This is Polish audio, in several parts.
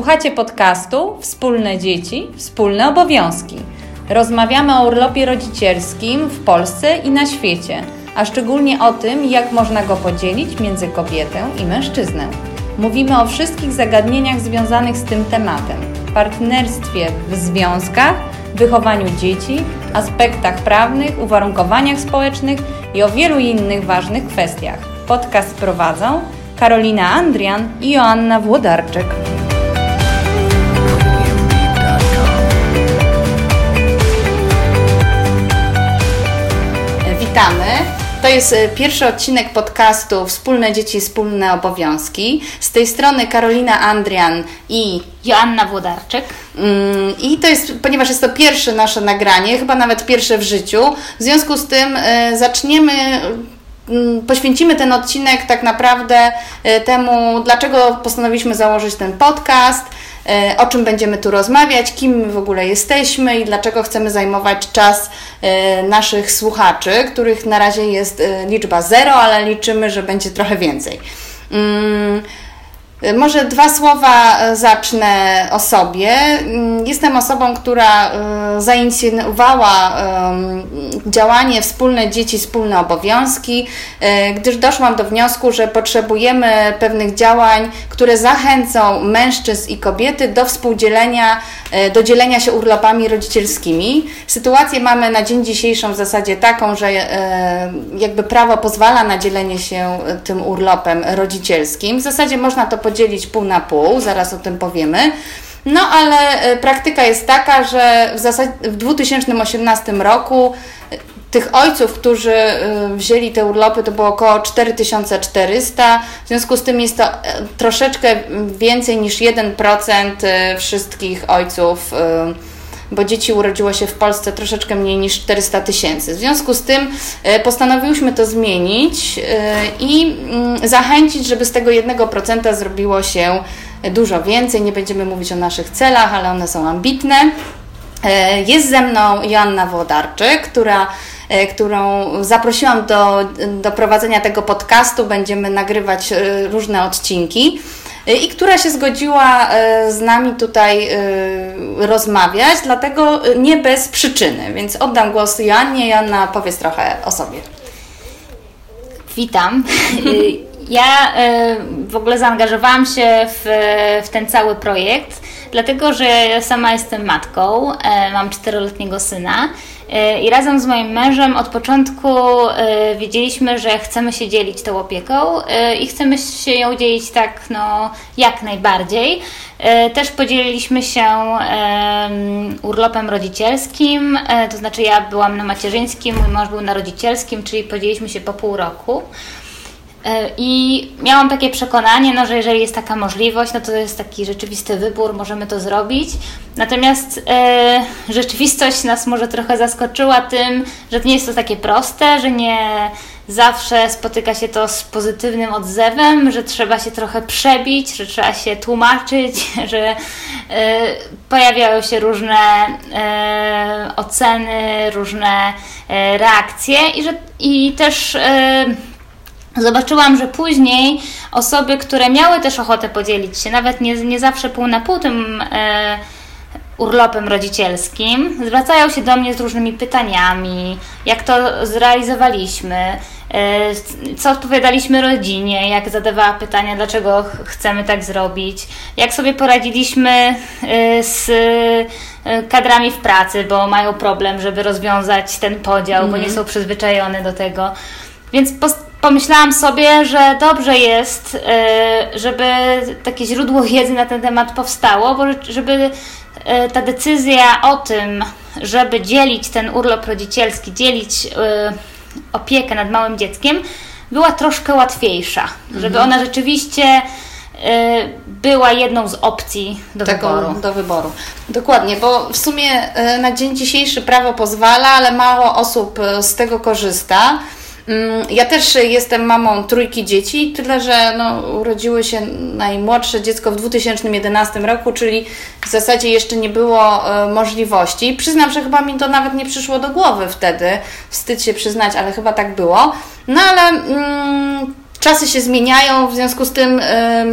Słuchacie podcastu Wspólne dzieci, wspólne obowiązki. Rozmawiamy o urlopie rodzicielskim w Polsce i na świecie, a szczególnie o tym, jak można go podzielić między kobietę i mężczyznę. Mówimy o wszystkich zagadnieniach związanych z tym tematem, partnerstwie w związkach, wychowaniu dzieci, aspektach prawnych, uwarunkowaniach społecznych i o wielu innych ważnych kwestiach. Podcast prowadzą Karolina Andrian i Joanna Włodarczyk. Witamy. To jest pierwszy odcinek podcastu Wspólne dzieci, wspólne obowiązki. Z tej strony Karolina Andrian i Joanna Włodarczyk. I to jest, ponieważ jest to pierwsze nasze nagranie, chyba nawet pierwsze w życiu, w związku z tym poświęcimy ten odcinek tak naprawdę temu, dlaczego postanowiliśmy założyć ten podcast, o czym będziemy tu rozmawiać, kim my w ogóle jesteśmy i dlaczego chcemy zajmować czas naszych słuchaczy, których na razie jest liczba 0, ale liczymy, że będzie trochę więcej. Może dwa słowa zacznę o sobie. Jestem osobą, która zainicjowała działanie Wspólne dzieci, wspólne obowiązki, gdyż doszłam do wniosku, że potrzebujemy pewnych działań, które zachęcą mężczyzn i kobiety do współdzielenia, do dzielenia się urlopami rodzicielskimi. Sytuację mamy na dzień dzisiejszy w zasadzie taką, że jakby prawo pozwala na dzielenie się tym urlopem rodzicielskim. W zasadzie można to podzielić pół na pół, zaraz o tym powiemy. No ale praktyka jest taka, że w 2018 roku tych ojców, którzy wzięli te urlopy, to było około 4400. W związku z tym jest to troszeczkę więcej niż 1% wszystkich ojców, bo dzieci urodziło się w Polsce troszeczkę mniej niż 400 000. W związku z tym postanowiłyśmy to zmienić i zachęcić, żeby z tego 1% zrobiło się dużo więcej. Nie będziemy mówić o naszych celach, ale one są ambitne. Jest ze mną Joanna Włodarczyk, którą zaprosiłam do prowadzenia tego podcastu. Będziemy nagrywać różne odcinki. I która się zgodziła z nami tutaj rozmawiać, dlatego nie bez przyczyny. Więc oddam głos Joannie. Joanna, powiedz trochę o sobie. Witam. Ja w ogóle zaangażowałam się w ten cały projekt, dlatego że ja sama jestem matką, mam 4-letniego syna i razem z moim mężem od początku wiedzieliśmy, że chcemy się dzielić tą opieką i chcemy się ją dzielić tak jak najbardziej. Też podzieliliśmy się urlopem rodzicielskim, to znaczy ja byłam na macierzyńskim, mój mąż był na rodzicielskim, czyli podzieliliśmy się po pół roku. I miałam takie przekonanie, że jeżeli jest taka możliwość, to jest taki rzeczywisty wybór, możemy to zrobić. Natomiast rzeczywistość nas może trochę zaskoczyła tym, że nie jest to takie proste, że nie zawsze spotyka się to z pozytywnym odzewem, że trzeba się trochę przebić, że trzeba się tłumaczyć, że pojawiają się różne oceny, różne reakcje i też zobaczyłam, że później osoby, które miały też ochotę podzielić się, nawet nie zawsze pół na pół tym urlopem rodzicielskim, zwracają się do mnie z różnymi pytaniami, jak to zrealizowaliśmy, co odpowiadaliśmy rodzinie, jak zadawała pytania, dlaczego chcemy tak zrobić, jak sobie poradziliśmy z kadrami w pracy, bo mają problem, żeby rozwiązać ten podział, bo nie są przyzwyczajone do tego. Więc pomyślałam sobie, że dobrze jest, żeby takie źródło wiedzy na ten temat powstało, bo żeby ta decyzja o tym, żeby dzielić ten urlop rodzicielski, dzielić opiekę nad małym dzieckiem, była troszkę łatwiejsza. Żeby ona rzeczywiście była jedną z opcji do wyboru. Dokładnie, bo w sumie na dzień dzisiejszy prawo pozwala, ale mało osób z tego korzysta. Ja też jestem mamą 3 dzieci, tyle że urodziły się najmłodsze dziecko w 2011 roku, czyli w zasadzie jeszcze nie było możliwości. Przyznam, że chyba mi to nawet nie przyszło do głowy wtedy, wstyd się przyznać, ale chyba tak było. No ale czasy się zmieniają, w związku z tym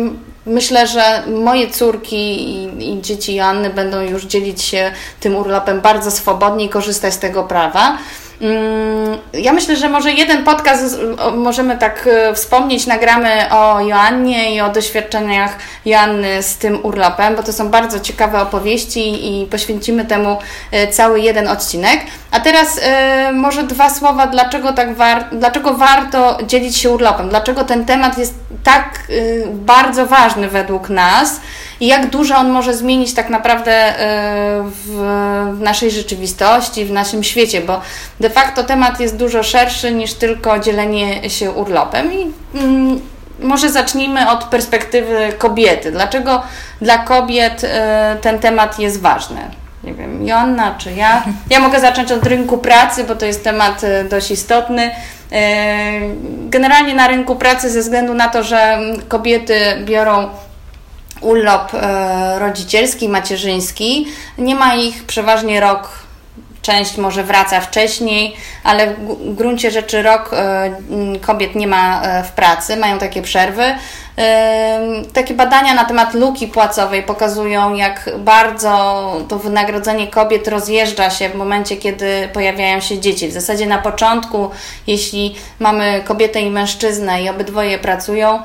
myślę, że moje córki i dzieci Joanny będą już dzielić się tym urlopem bardzo swobodnie i korzystać z tego prawa. Ja myślę, że może jeden podcast możemy tak wspomnieć, nagramy o Joannie i o doświadczeniach Joanny z tym urlopem, bo to są bardzo ciekawe opowieści i poświęcimy temu cały jeden odcinek. A teraz może 2 słowa, dlaczego warto dzielić się urlopem, dlaczego ten temat jest tak bardzo ważny według nas i jak dużo on może zmienić tak naprawdę w naszej rzeczywistości, w naszym świecie, bo de facto temat jest dużo szerszy niż tylko dzielenie się urlopem. I może zacznijmy od perspektywy kobiety. Dlaczego dla kobiet ten temat jest ważny? Nie wiem, Joanna czy ja? Ja mogę zacząć od rynku pracy, bo to jest temat dość istotny. Generalnie na rynku pracy ze względu na to, że kobiety biorą urlop rodzicielski, macierzyński, nie ma ich przeważnie rok. Część może wraca wcześniej, ale w gruncie rzeczy rok kobiet nie ma w pracy, mają takie przerwy. Takie badania na temat luki płacowej pokazują, jak bardzo to wynagrodzenie kobiet rozjeżdża się w momencie, kiedy pojawiają się dzieci. W zasadzie na początku, jeśli mamy kobietę i mężczyznę i obydwoje pracują,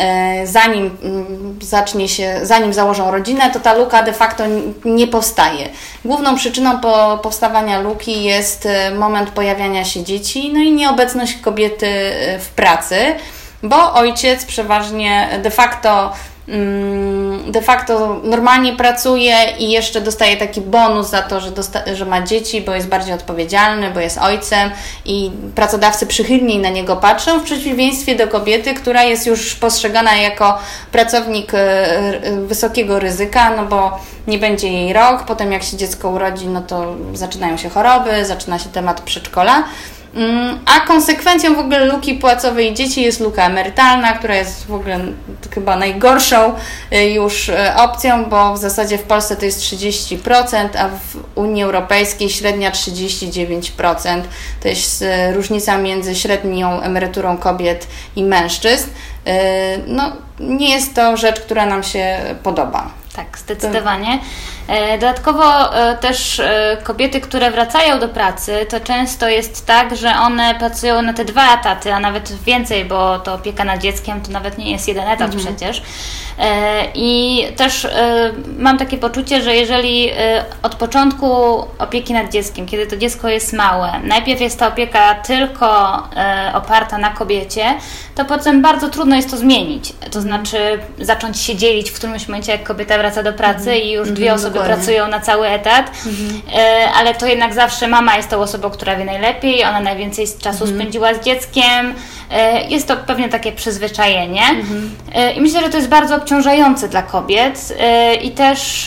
zanim założą rodzinę, to ta luka de facto nie powstaje. Główną przyczyną powstawania luki jest moment pojawiania się dzieci, no i nieobecność kobiety w pracy, bo ojciec przeważnie de facto normalnie pracuje i jeszcze dostaje taki bonus za to, że ma dzieci, bo jest bardziej odpowiedzialny, bo jest ojcem i pracodawcy przychylniej na niego patrzą, w przeciwieństwie do kobiety, która jest już postrzegana jako pracownik wysokiego ryzyka, no bo nie będzie jej rok, potem jak się dziecko urodzi, no to zaczynają się choroby, zaczyna się temat przedszkola. A konsekwencją w ogóle luki płacowej dzieci jest luka emerytalna, która jest w ogóle chyba najgorszą już opcją, bo w zasadzie w Polsce to jest 30%, a w Unii Europejskiej średnia 39%. To jest różnica między średnią emeryturą kobiet i mężczyzn. No, nie jest to rzecz, która nam się podoba. Tak, zdecydowanie. Dodatkowo też kobiety, które wracają do pracy, to często jest tak, że one pracują na te 2 etaty, a nawet więcej, bo to opieka nad dzieckiem to nawet nie jest 1 etat przecież. I też mam takie poczucie, że jeżeli od początku opieki nad dzieckiem, kiedy to dziecko jest małe, najpierw jest ta opieka tylko oparta na kobiecie, to potem bardzo trudno jest to zmienić. To znaczy zacząć się dzielić w którymś momencie, jak kobieta wraca do pracy i już 2 osoby pracują na cały etat, ale to jednak zawsze mama jest tą osobą, która wie najlepiej, ona najwięcej czasu spędziła z dzieckiem. Jest to pewnie takie przyzwyczajenie. I myślę, że to jest bardzo obciążające dla kobiet i też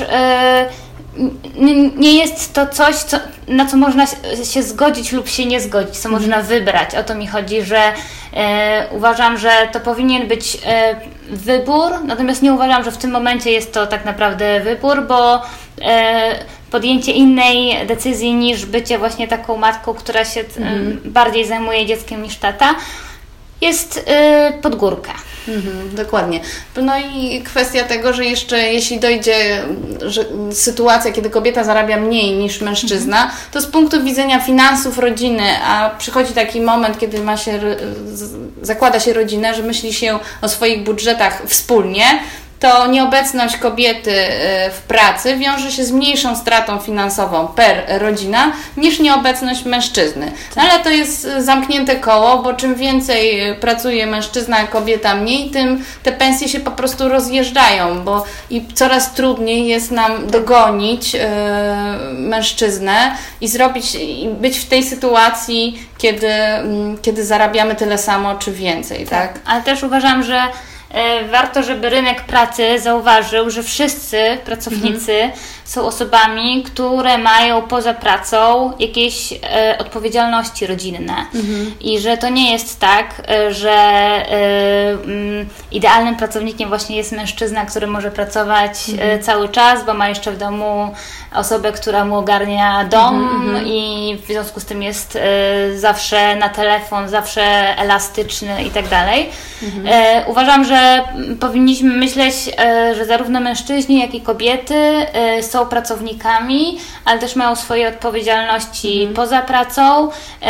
nie jest to coś, na co można się zgodzić lub się nie zgodzić, co można wybrać. O to mi chodzi, że uważam, że to powinien być wybór, natomiast nie uważam, że w tym momencie jest to tak naprawdę wybór, bo podjęcie innej decyzji niż bycie właśnie taką matką, która się bardziej zajmuje dzieckiem niż tata, jest pod górkę. Dokładnie. No i kwestia tego, że jeszcze jeśli dojdzie sytuacja, kiedy kobieta zarabia mniej niż mężczyzna, to z punktu widzenia finansów rodziny, a przychodzi taki moment, kiedy zakłada się rodzinę, że myśli się o swoich budżetach wspólnie, to nieobecność kobiety w pracy wiąże się z mniejszą stratą finansową per rodzina niż nieobecność mężczyzny. No ale to jest zamknięte koło, bo czym więcej pracuje mężczyzna, a kobieta mniej, tym te pensje się po prostu rozjeżdżają, bo i coraz trudniej jest nam dogonić mężczyznę i być w tej sytuacji, kiedy zarabiamy tyle samo czy więcej. Tak? Ale też uważam, że warto, żeby rynek pracy zauważył, że wszyscy pracownicy są osobami, które mają poza pracą jakieś odpowiedzialności rodzinne i że to nie jest tak, że idealnym pracownikiem właśnie jest mężczyzna, który może pracować cały czas, bo ma jeszcze w domu osobę, która mu ogarnia dom i w związku z tym jest zawsze na telefon, zawsze elastyczny i tak dalej. Uważam, że że powinniśmy myśleć, że zarówno mężczyźni, jak i kobiety są pracownikami, ale też mają swoje odpowiedzialności poza pracą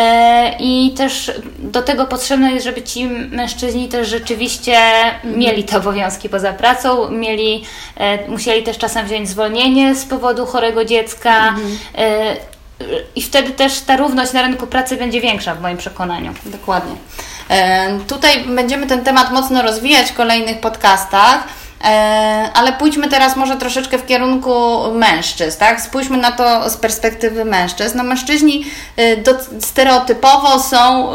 i też do tego potrzebne jest, żeby ci mężczyźni też rzeczywiście mieli te obowiązki poza pracą, musieli też czasem wziąć zwolnienie z powodu chorego dziecka. I wtedy też ta równość na rynku pracy będzie większa w moim przekonaniu. Dokładnie. Tutaj będziemy ten temat mocno rozwijać w kolejnych podcastach, ale pójdźmy teraz może troszeczkę w kierunku mężczyzn, tak? Spójrzmy na to z perspektywy mężczyzn. No, mężczyźni stereotypowo są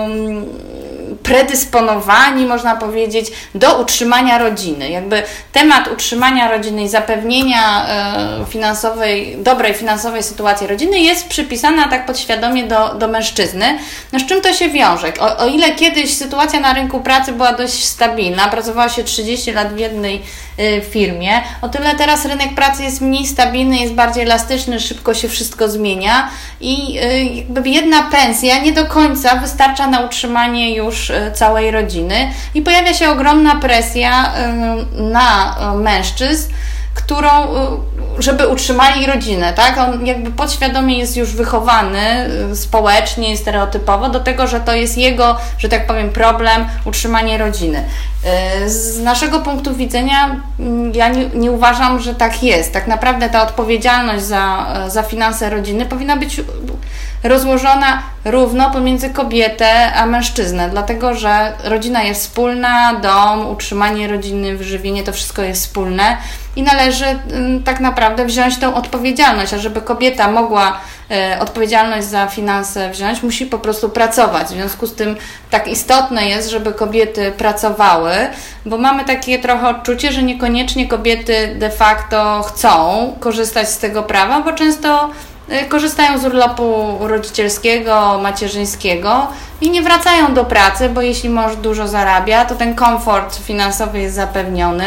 predysponowani, można powiedzieć, do utrzymania rodziny. Jakby temat utrzymania rodziny i zapewnienia dobrej finansowej sytuacji rodziny jest przypisana tak podświadomie do mężczyzny. No z czym to się wiąże? O ile kiedyś sytuacja na rynku pracy była dość stabilna, pracowało się 30 lat w jednej firmie, o tyle teraz rynek pracy jest mniej stabilny, jest bardziej elastyczny, szybko się wszystko zmienia i jakby jedna pensja nie do końca wystarcza na utrzymanie już całej rodziny i pojawia się ogromna presja na mężczyzn, żeby utrzymali rodzinę, tak? On jakby podświadomie jest już wychowany społecznie i stereotypowo do tego, że to jest jego, że tak powiem, problem utrzymanie rodziny. Z naszego punktu widzenia ja nie uważam, że tak jest. Tak naprawdę ta odpowiedzialność za finanse rodziny powinna być rozłożona równo pomiędzy kobietę a mężczyznę, dlatego że rodzina jest wspólna, dom, utrzymanie rodziny, wyżywienie, to wszystko jest wspólne i należy tak naprawdę wziąć tą odpowiedzialność, a żeby kobieta mogła odpowiedzialność za finanse wziąć, musi po prostu pracować. W związku z tym tak istotne jest, żeby kobiety pracowały, bo mamy takie trochę odczucie, że niekoniecznie kobiety de facto chcą korzystać z tego prawa, bo często korzystają z urlopu rodzicielskiego, macierzyńskiego i nie wracają do pracy, bo jeśli mąż dużo zarabia, to ten komfort finansowy jest zapewniony.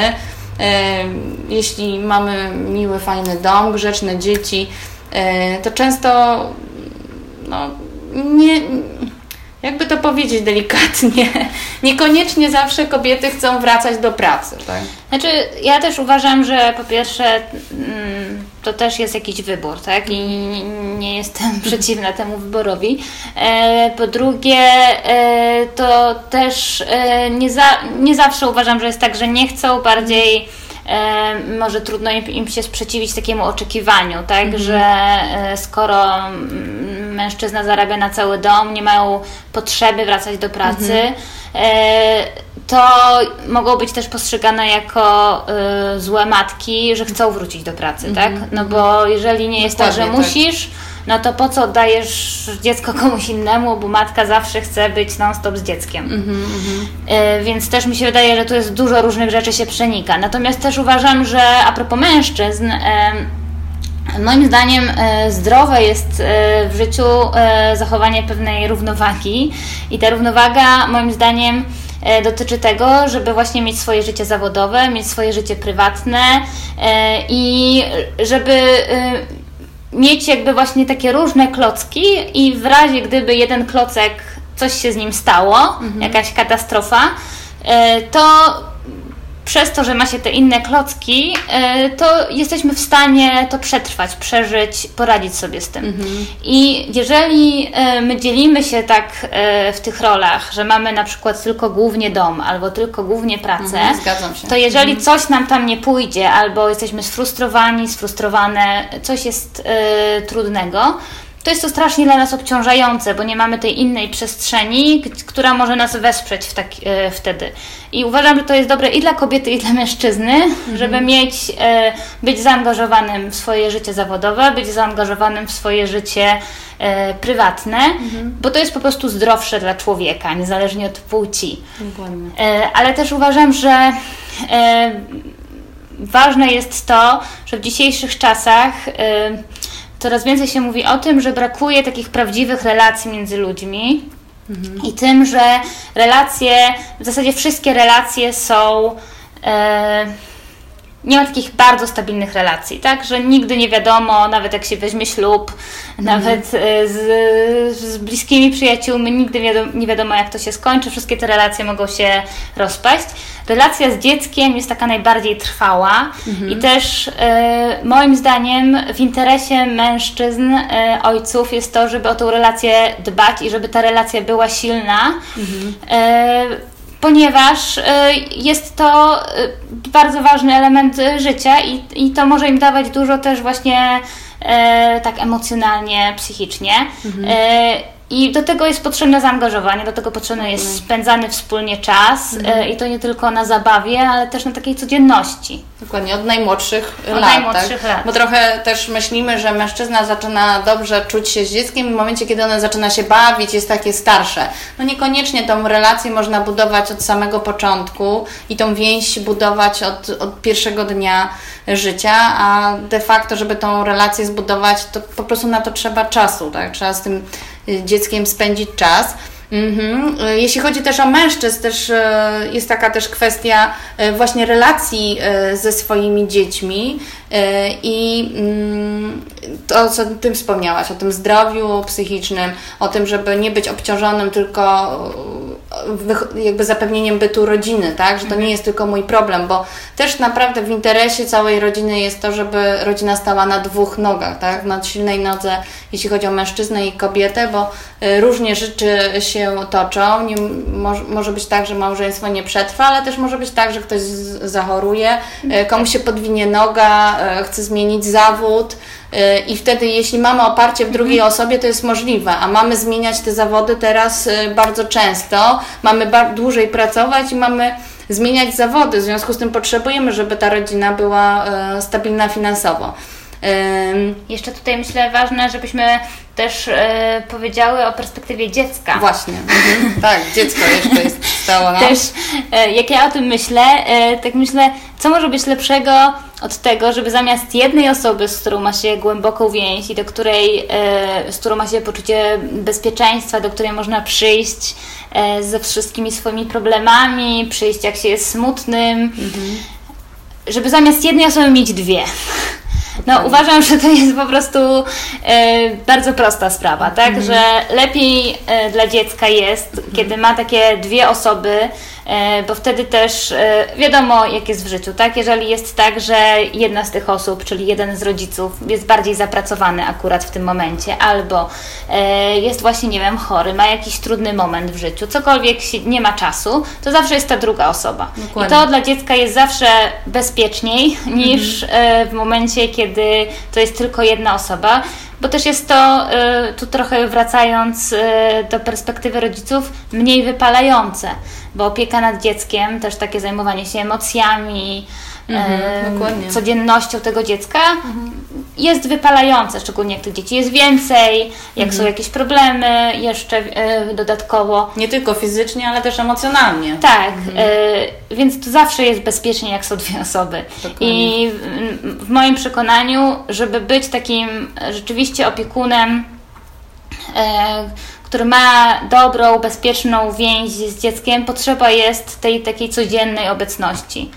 Jeśli mamy miły, fajny dom, grzeczne dzieci, to często jakby to powiedzieć delikatnie, niekoniecznie zawsze kobiety chcą wracać do pracy. Tak? Znaczy, ja też uważam, że po pierwsze to też jest jakiś wybór, tak? I nie jestem przeciwna temu wyborowi. Po drugie, to też nie zawsze uważam, że jest tak, że nie chcą, bardziej może trudno im się sprzeciwić takiemu oczekiwaniu, tak, że skoro mężczyzna zarabia na cały dom, nie mają potrzeby wracać do pracy, to mogą być też postrzegane jako złe matki, że chcą wrócić do pracy, tak? No bo jeżeli nie jest tak, że musisz, no to po co oddajesz dziecko komuś innemu, bo matka zawsze chce być non-stop z dzieckiem. Więc też mi się wydaje, że tu jest dużo różnych rzeczy się przenika. Natomiast też uważam, że a propos mężczyzn, moim zdaniem zdrowe jest w życiu zachowanie pewnej równowagi i ta równowaga moim zdaniem dotyczy tego, żeby właśnie mieć swoje życie zawodowe, mieć swoje życie prywatne i żeby mieć jakby właśnie takie różne klocki i w razie gdyby jeden klocek, coś się z nim stało, jakaś katastrofa, to przez to, że ma się te inne klocki, to jesteśmy w stanie to przetrwać, przeżyć, poradzić sobie z tym. I jeżeli my dzielimy się tak w tych rolach, że mamy na przykład tylko głównie dom albo tylko głównie pracę, zgadzam się. To jeżeli coś nam tam nie pójdzie albo jesteśmy sfrustrowane, coś jest trudnego, to jest to strasznie dla nas obciążające, bo nie mamy tej innej przestrzeni, która może nas wesprzeć wtedy. I uważam, że to jest dobre i dla kobiety, i dla mężczyzny, żeby być zaangażowanym w swoje życie zawodowe, być zaangażowanym w swoje życie prywatne, bo to jest po prostu zdrowsze dla człowieka, niezależnie od płci. Dokładnie. Ale też uważam, że ważne jest to, że w dzisiejszych czasach coraz więcej się mówi o tym, że brakuje takich prawdziwych relacji między ludźmi i tym, że relacje, w zasadzie wszystkie relacje są nie ma takich bardzo stabilnych relacji, tak? Że nigdy nie wiadomo, nawet jak się weźmie ślub, nawet z bliskimi przyjaciółmi, nigdy nie wiadomo, jak to się skończy, wszystkie te relacje mogą się rozpaść. Relacja z dzieckiem jest taka najbardziej trwała i też moim zdaniem w interesie mężczyzn, ojców jest to, żeby o tą relację dbać i żeby ta relacja była silna, ponieważ jest to bardzo ważny element życia i to może im dawać dużo też właśnie tak emocjonalnie, psychicznie. I do tego jest potrzebne zaangażowanie, do tego potrzebny jest spędzany wspólnie czas i to nie tylko na zabawie, ale też na takiej codzienności. Dokładnie, od najmłodszych lat. Bo trochę też myślimy, że mężczyzna zaczyna dobrze czuć się z dzieckiem w momencie, kiedy ono zaczyna się bawić, jest takie starsze. No niekoniecznie tą relację można budować od samego początku i tą więź budować od pierwszego dnia życia, a de facto, żeby tą relację zbudować, to po prostu na to trzeba czasu, tak? Trzeba z tym dzieckiem spędzić czas. Jeśli chodzi też o mężczyzn, też jest taka też kwestia właśnie relacji ze swoimi dziećmi i to, co Ty wspomniałaś, o tym zdrowiu psychicznym, o tym, żeby nie być obciążonym tylko jakby zapewnieniem bytu rodziny, tak? Że to nie jest tylko mój problem, bo też naprawdę w interesie całej rodziny jest to, żeby rodzina stała na dwóch nogach, tak? Na silnej nodze, jeśli chodzi o mężczyznę i kobietę, bo różnie rzeczy się toczą. Może być tak, że małżeństwo nie przetrwa, ale też może być tak, że ktoś zachoruje, komuś się podwinie noga, chce zmienić zawód i wtedy, jeśli mamy oparcie w drugiej osobie, to jest możliwe, a mamy zmieniać te zawody teraz bardzo często, mamy dłużej pracować i mamy zmieniać zawody, w związku z tym potrzebujemy, żeby ta rodzina była stabilna finansowo. Jeszcze tutaj myślę ważne, żebyśmy też powiedziały o perspektywie dziecka. Właśnie, tak, dziecko jeszcze jest stało nam. Też jak ja o tym myślę, tak myślę, co może być lepszego od tego, żeby zamiast jednej osoby, z którą ma się głęboką więź i z którą ma się poczucie bezpieczeństwa, do której można przyjść ze wszystkimi swoimi problemami, przyjść jak się jest smutnym, żeby zamiast jednej osoby mieć dwie. No uważam, że to jest po prostu bardzo prosta sprawa, tak? Że lepiej dla dziecka jest, kiedy ma takie dwie osoby, bo wtedy też wiadomo, jak jest w życiu, tak? Jeżeli jest tak, że jedna z tych osób, czyli jeden z rodziców jest bardziej zapracowany akurat w tym momencie, albo jest właśnie, nie wiem, chory, ma jakiś trudny moment w życiu, cokolwiek nie ma czasu, to zawsze jest ta druga osoba. Dokładnie. I to dla dziecka jest zawsze bezpieczniej niż w momencie, kiedy to jest tylko jedna osoba. Bo też jest to, tu trochę wracając do perspektywy rodziców, mniej wypalające, bo opieka nad dzieckiem, też takie zajmowanie się emocjami, codziennością tego dziecka jest wypalające, szczególnie jak tych dzieci jest więcej, jak są jakieś problemy jeszcze dodatkowo. Nie tylko fizycznie, ale też emocjonalnie. Tak, więc to zawsze jest bezpiecznie, jak są dwie osoby. Dokładnie. I w moim przekonaniu, żeby być takim rzeczywiście opiekunem, który ma dobrą, bezpieczną więź z dzieckiem, potrzeba jest tej takiej codziennej obecności,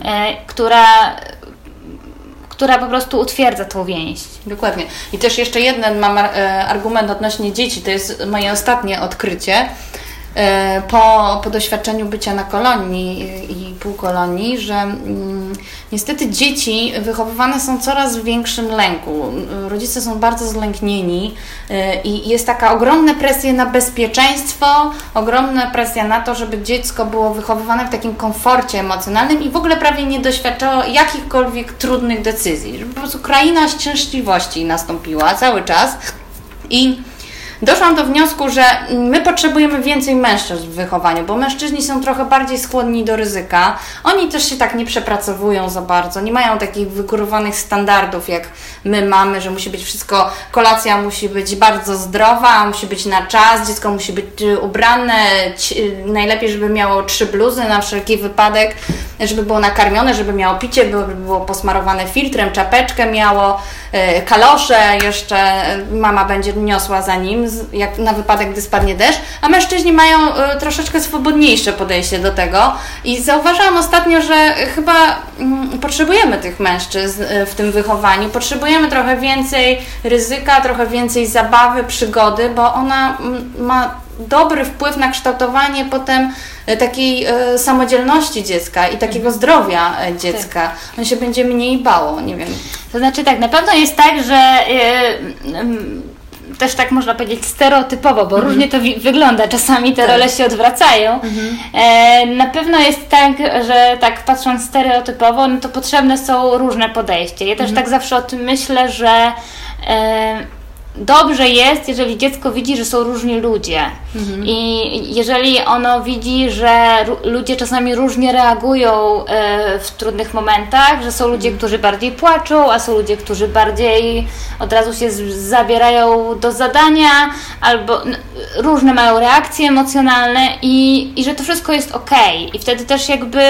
która po prostu utwierdza tą więź. Dokładnie. I też jeszcze jeden mam argument odnośnie dzieci, to jest moje ostatnie odkrycie po doświadczeniu bycia na kolonii i półkolonii, że niestety dzieci wychowywane są coraz w większym lęku. Rodzice są bardzo zlęknieni i jest taka ogromna presja na bezpieczeństwo, ogromna presja na to, żeby dziecko było wychowywane w takim komforcie emocjonalnym i w ogóle prawie nie doświadczało jakichkolwiek trudnych decyzji. Żeby po prostu kraina szczęśliwości nastąpiła cały czas i doszłam do wniosku, że my potrzebujemy więcej mężczyzn w wychowaniu, bo mężczyźni są trochę bardziej skłonni do ryzyka. Oni też się tak nie przepracowują za bardzo, nie mają takich wygórowanych standardów, jak my mamy, że musi być wszystko, kolacja musi być bardzo zdrowa, musi być na czas, dziecko musi być ubrane, najlepiej, żeby miało 3 bluzy na wszelki wypadek. żeby było nakarmione, żeby miało picie, żeby było posmarowane filtrem, czapeczkę miało, kalosze jeszcze mama będzie niosła za nim, jak na wypadek, gdy spadnie deszcz, a mężczyźni mają troszeczkę swobodniejsze podejście do tego i zauważyłam ostatnio, że chyba potrzebujemy tych mężczyzn w tym wychowaniu, potrzebujemy trochę więcej ryzyka, trochę więcej zabawy, przygody, bo ona ma dobry wpływ na kształtowanie potem takiej samodzielności dziecka i takiego zdrowia dziecka. Tak. On się będzie mniej bało, nie wiem. To znaczy tak, na pewno jest tak, że też tak można powiedzieć stereotypowo, bo różnie to wygląda, czasami te role się odwracają. Na pewno jest tak, że tak patrząc stereotypowo, no to potrzebne są różne podejścia. Ja też tak zawsze o tym myślę, że dobrze jest, jeżeli dziecko widzi, że są różni ludzie i jeżeli ono widzi, że ludzie czasami różnie reagują w trudnych momentach, że są ludzie, którzy bardziej płaczą, a są ludzie, którzy bardziej od razu się zabierają do zadania, albo różne mają reakcje emocjonalne i że to wszystko jest okej. I wtedy też jakby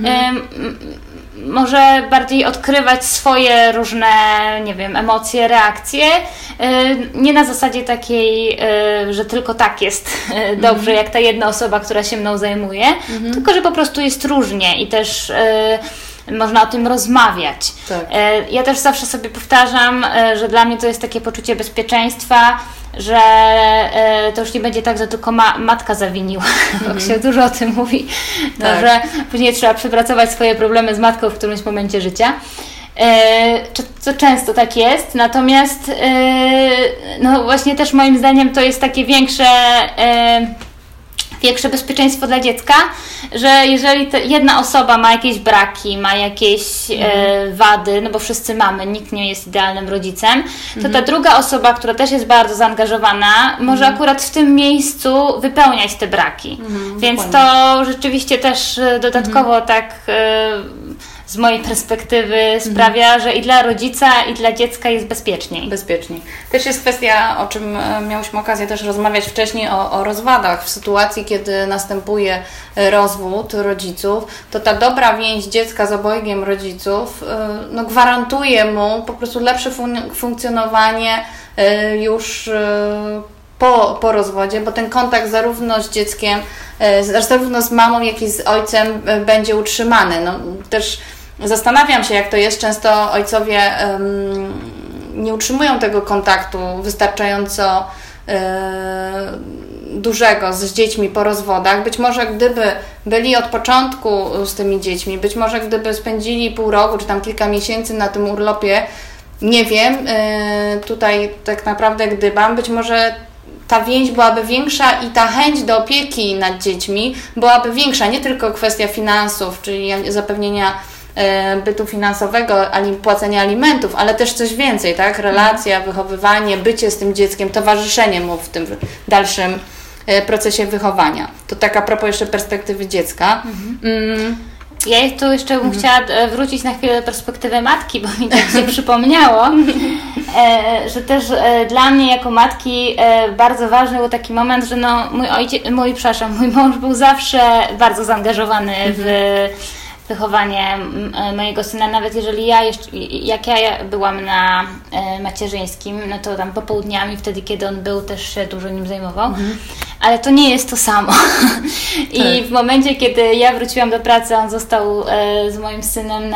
może bardziej odkrywać swoje różne, nie wiem, emocje, reakcje, nie na zasadzie takiej, że tylko tak jest dobrze, jak ta jedna osoba, która się mną zajmuje, tylko że po prostu jest różnie i też można o tym rozmawiać. Tak. Ja też zawsze sobie powtarzam, że dla mnie to jest takie poczucie bezpieczeństwa, że to już nie będzie tak, że tylko matka zawiniła, bo się dużo o tym mówi, tak. Że później trzeba przepracować swoje problemy z matką w którymś momencie życia. Co często tak jest, natomiast no właśnie też moim zdaniem to jest takie większe bezpieczeństwo dla dziecka, że jeżeli jedna osoba ma jakieś braki, ma jakieś wady, no bo wszyscy mamy, nikt nie jest idealnym rodzicem, to ta druga osoba, która też jest bardzo zaangażowana, może akurat w tym miejscu wypełniać te braki. Więc to rzeczywiście też dodatkowo tak z mojej perspektywy sprawia, że i dla rodzica, i dla dziecka jest bezpieczniej. Bezpieczniej. Też jest kwestia, o czym miałyśmy okazję też rozmawiać wcześniej, o rozwadach. W sytuacji, kiedy następuje rozwód rodziców, to ta dobra więź dziecka z obojgiem rodziców no, gwarantuje mu po prostu lepsze funkcjonowanie już po rozwodzie, bo ten kontakt zarówno z dzieckiem, zarówno z mamą, jak i z ojcem będzie utrzymany. No, też zastanawiam się, jak to jest. Często ojcowie nie utrzymują tego kontaktu wystarczająco dużego z dziećmi po rozwodach. Być może gdyby byli od początku z tymi dziećmi, być może gdyby spędzili pół roku czy tam kilka miesięcy na tym urlopie, nie wiem, tutaj tak naprawdę gdybam, być może ta więź byłaby większa i ta chęć do opieki nad dziećmi byłaby większa, nie tylko kwestia finansów, czyli zapewnienia bytu finansowego, płacenia alimentów, ale też coś więcej, tak? Relacja, wychowywanie, bycie z tym dzieckiem, towarzyszenie mu w tym dalszym procesie wychowania. To tak a propos jeszcze perspektywy dziecka. Ja tu jeszcze bym chciała wrócić na chwilę do perspektywy matki, bo mi tak się przypomniało, że też dla mnie jako matki bardzo ważny był taki moment, że no mój mąż był zawsze bardzo zaangażowany w wychowanie mojego syna, nawet jeżeli jak ja byłam na macierzyńskim, no to tam popołudniami, wtedy kiedy on był, też się dużo nim zajmował, ale to nie jest to samo. I w momencie, kiedy ja wróciłam do pracy, on został z moim synem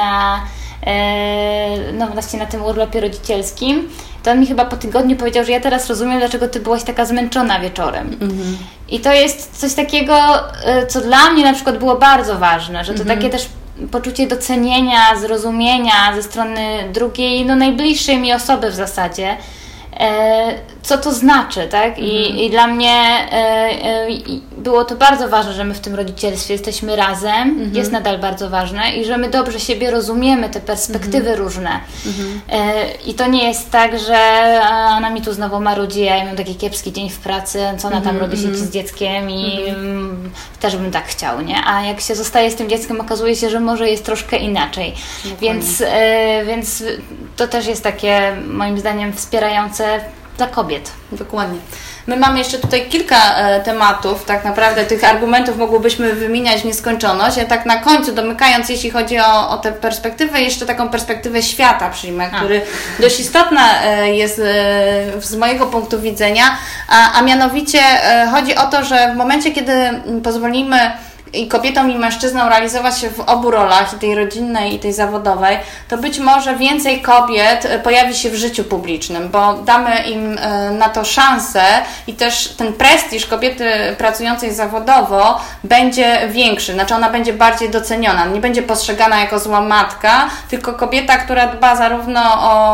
no właśnie na tym urlopie rodzicielskim, to on mi chyba po tygodniu powiedział, że ja teraz rozumiem, dlaczego ty byłaś taka zmęczona wieczorem. I to jest coś takiego, co dla mnie na przykład było bardzo ważne, że to takie też poczucie docenienia, zrozumienia ze strony drugiej, no najbliższej mi osoby w zasadzie, co to znaczy, tak? I dla mnie było to bardzo ważne, że my w tym rodzicielstwie jesteśmy razem, jest nadal bardzo ważne i że my dobrze siebie rozumiemy, te perspektywy różne. I to nie jest tak, że ona mi tu znowu marudzi, ja mam taki kiepski dzień w pracy, co ona tam robi, siedzi z dzieckiem i też bym tak chciał, nie? A jak się zostaje z tym dzieckiem, okazuje się, że może jest troszkę inaczej. Więc to też jest takie, moim zdaniem, wspierające dla kobiet. Dokładnie. My mamy jeszcze tutaj kilka tematów, tak naprawdę tych argumentów mogłybyśmy wymieniać w nieskończoność. Ja tak na końcu, domykając, jeśli chodzi o tę perspektywę, jeszcze taką perspektywę świata przyjmę, który dość istotna jest z mojego punktu widzenia, a mianowicie chodzi o to, że w momencie, kiedy pozwolimy i kobietom i mężczyznom realizować się w obu rolach, i tej rodzinnej, i tej zawodowej, to być może więcej kobiet pojawi się w życiu publicznym, bo damy im na to szansę i też ten prestiż kobiety pracującej zawodowo będzie większy, znaczy ona będzie bardziej doceniona, nie będzie postrzegana jako zła matka, tylko kobieta, która dba zarówno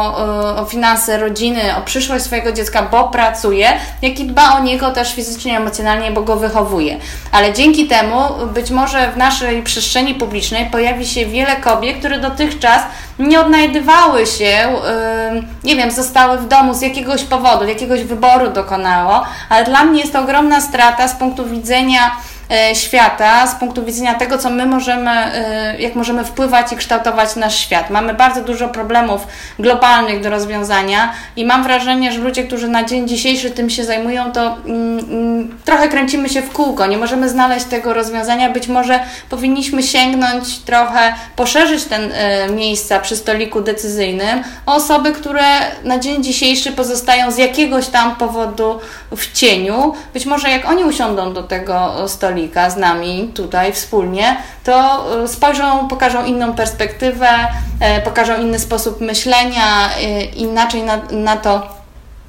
o finanse rodziny, o przyszłość swojego dziecka, bo pracuje, jak i dba o niego też fizycznie, emocjonalnie, bo go wychowuje. Ale dzięki temu być może w naszej przestrzeni publicznej pojawi się wiele kobiet, które dotychczas nie odnajdywały się, nie wiem, zostały w domu z jakiegoś powodu, jakiegoś wyboru dokonało, ale dla mnie jest to ogromna strata z punktu widzenia świata, z punktu widzenia tego, co my możemy, jak możemy wpływać i kształtować nasz świat. Mamy bardzo dużo problemów globalnych do rozwiązania i mam wrażenie, że ludzie, którzy na dzień dzisiejszy tym się zajmują, to trochę kręcimy się w kółko, nie możemy znaleźć tego rozwiązania. Być może powinniśmy sięgnąć trochę, poszerzyć te miejsca przy stoliku decyzyjnym o osoby, które na dzień dzisiejszy pozostają z jakiegoś tam powodu w cieniu. Być może jak oni usiądą do tego stolika z nami tutaj wspólnie, to spojrzą, pokażą inną perspektywę, pokażą inny sposób myślenia, inaczej na to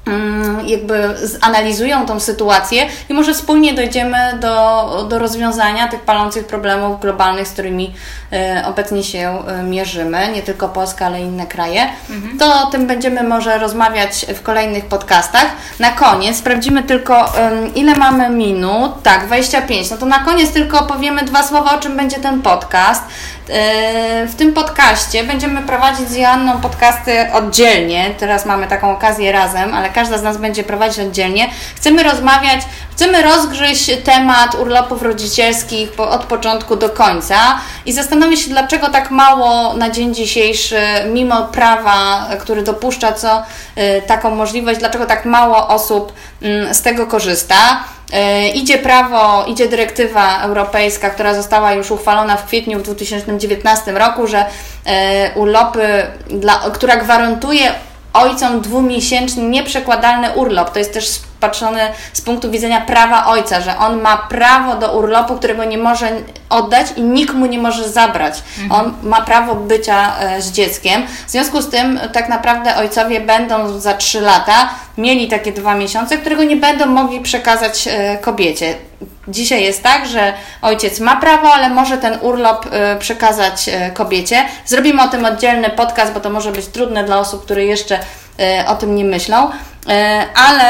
jakby zanalizują tą sytuację i może wspólnie dojdziemy do rozwiązania tych palących problemów globalnych, z którymi obecnie się mierzymy, nie tylko Polska, ale i inne kraje. To o tym będziemy może rozmawiać w kolejnych podcastach. Na koniec sprawdzimy tylko, ile mamy minut. Tak, 25. No to na koniec tylko powiemy 2 słowa, o czym będzie ten podcast. W tym podcaście będziemy prowadzić z Joanną podcasty oddzielnie. Teraz mamy taką okazję razem, ale każda z nas będzie prowadzić oddzielnie. Chcemy rozgryźć temat urlopów rodzicielskich od początku do końca i zastanowić się, dlaczego tak mało na dzień dzisiejszy, mimo prawa, który dopuszcza taką możliwość, dlaczego tak mało osób z tego korzysta. Idzie prawo, idzie dyrektywa europejska, która została już uchwalona w kwietniu w 2019 roku, że urlopy, która gwarantuje ojcom 2-miesięczny nieprzekładalny urlop. To jest też patrzone z punktu widzenia prawa ojca, że on ma prawo do urlopu, którego nie może oddać i nikt mu nie może zabrać. On ma prawo bycia z dzieckiem. W związku z tym tak naprawdę ojcowie będą za 3 lata mieli takie 2 miesiące, którego nie będą mogli przekazać kobiecie. Dzisiaj jest tak, że ojciec ma prawo, ale może ten urlop przekazać kobiecie. Zrobimy o tym oddzielny podcast, bo to może być trudne dla osób, które jeszcze o tym nie myślą. Ale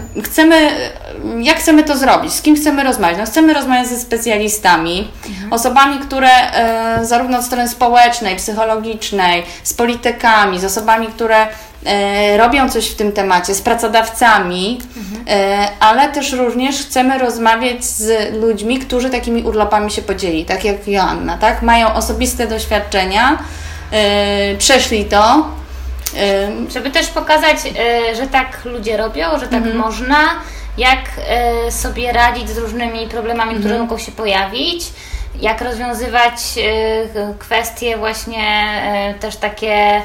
jak chcemy to zrobić? Z kim chcemy rozmawiać? No, chcemy rozmawiać ze specjalistami, osobami, które zarówno od strony społecznej, psychologicznej, z politykami, z osobami, które robią coś w tym temacie, z pracodawcami, ale też również chcemy rozmawiać z ludźmi, którzy takimi urlopami się podzieli, tak jak Joanna, tak? Mają osobiste doświadczenia, przeszli to. Żeby też pokazać, że tak ludzie robią, że tak można, jak sobie radzić z różnymi problemami, które mogą się pojawić, jak rozwiązywać kwestie właśnie też takie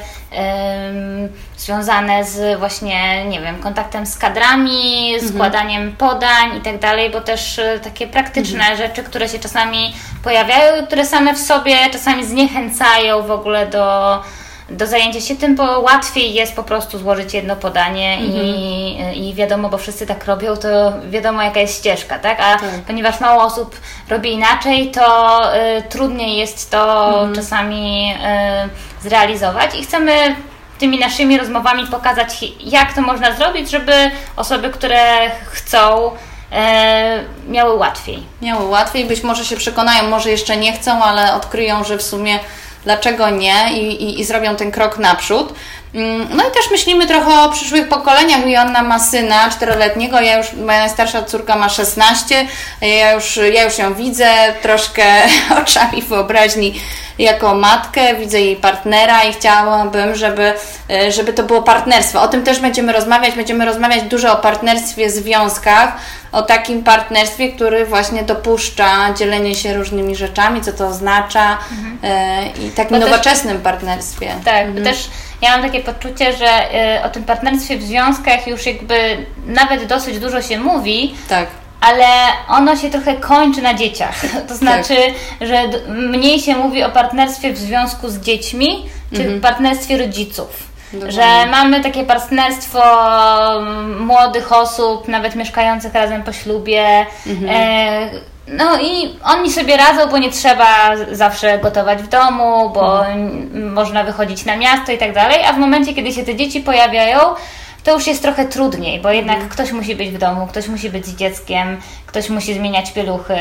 związane z właśnie, nie wiem, kontaktem z kadrami, składaniem podań i tak dalej, bo też takie praktyczne rzeczy, które się czasami pojawiają, które same w sobie czasami zniechęcają w ogóle do zajęcia się tym, bo łatwiej jest po prostu złożyć jedno podanie i wiadomo, bo wszyscy tak robią, to wiadomo jaka jest ścieżka, tak? A ponieważ mało osób robi inaczej, to trudniej jest to czasami zrealizować i chcemy tymi naszymi rozmowami pokazać, jak to można zrobić, żeby osoby, które chcą, miały łatwiej. Być może się przekonają, może jeszcze nie chcą, ale odkryją, że w sumie dlaczego nie i zrobią ten krok naprzód. No i też myślimy trochę o przyszłych pokoleniach. Joanna ma syna 4-letniego, moja najstarsza córka ma 16, ja już ją widzę troszkę oczami wyobraźni jako matkę, widzę jej partnera i chciałabym, żeby to było partnerstwo. O tym też będziemy rozmawiać dużo o partnerstwie w związkach, o takim partnerstwie, który właśnie dopuszcza dzielenie się różnymi rzeczami, co to oznacza i takim nowoczesnym partnerstwie. Tak, też ja mam takie poczucie, że o tym partnerstwie w związkach już jakby nawet dosyć dużo się mówi, tak. Ale ono się trochę kończy na dzieciach. To znaczy, że mniej się mówi o partnerstwie w związku z dziećmi, czy partnerstwie rodziców. Dokładnie. Że mamy takie partnerstwo młodych osób, nawet mieszkających razem po ślubie. No i oni sobie radzą, bo nie trzeba zawsze gotować w domu, bo można wychodzić na miasto i tak dalej. A w momencie, kiedy się te dzieci pojawiają, to już jest trochę trudniej, bo jednak ktoś musi być w domu, ktoś musi być z dzieckiem, ktoś musi zmieniać pieluchy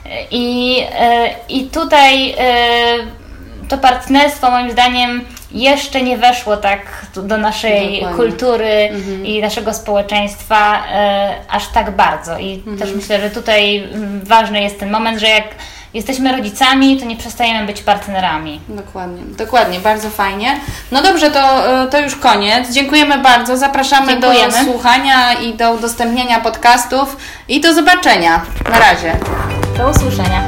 i tutaj to partnerstwo moim zdaniem jeszcze nie weszło tak do naszej kultury i naszego społeczeństwa aż tak bardzo i też myślę, że tutaj ważny jest ten moment, że jak jesteśmy rodzicami, to nie przestajemy być partnerami. Dokładnie, bardzo fajnie. No dobrze, to już koniec. Dziękujemy bardzo. Zapraszamy do słuchania i do udostępniania podcastów i do zobaczenia. Na razie. Do usłyszenia.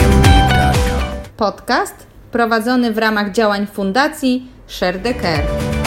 Podcast prowadzony w ramach działań Fundacji Share the Care.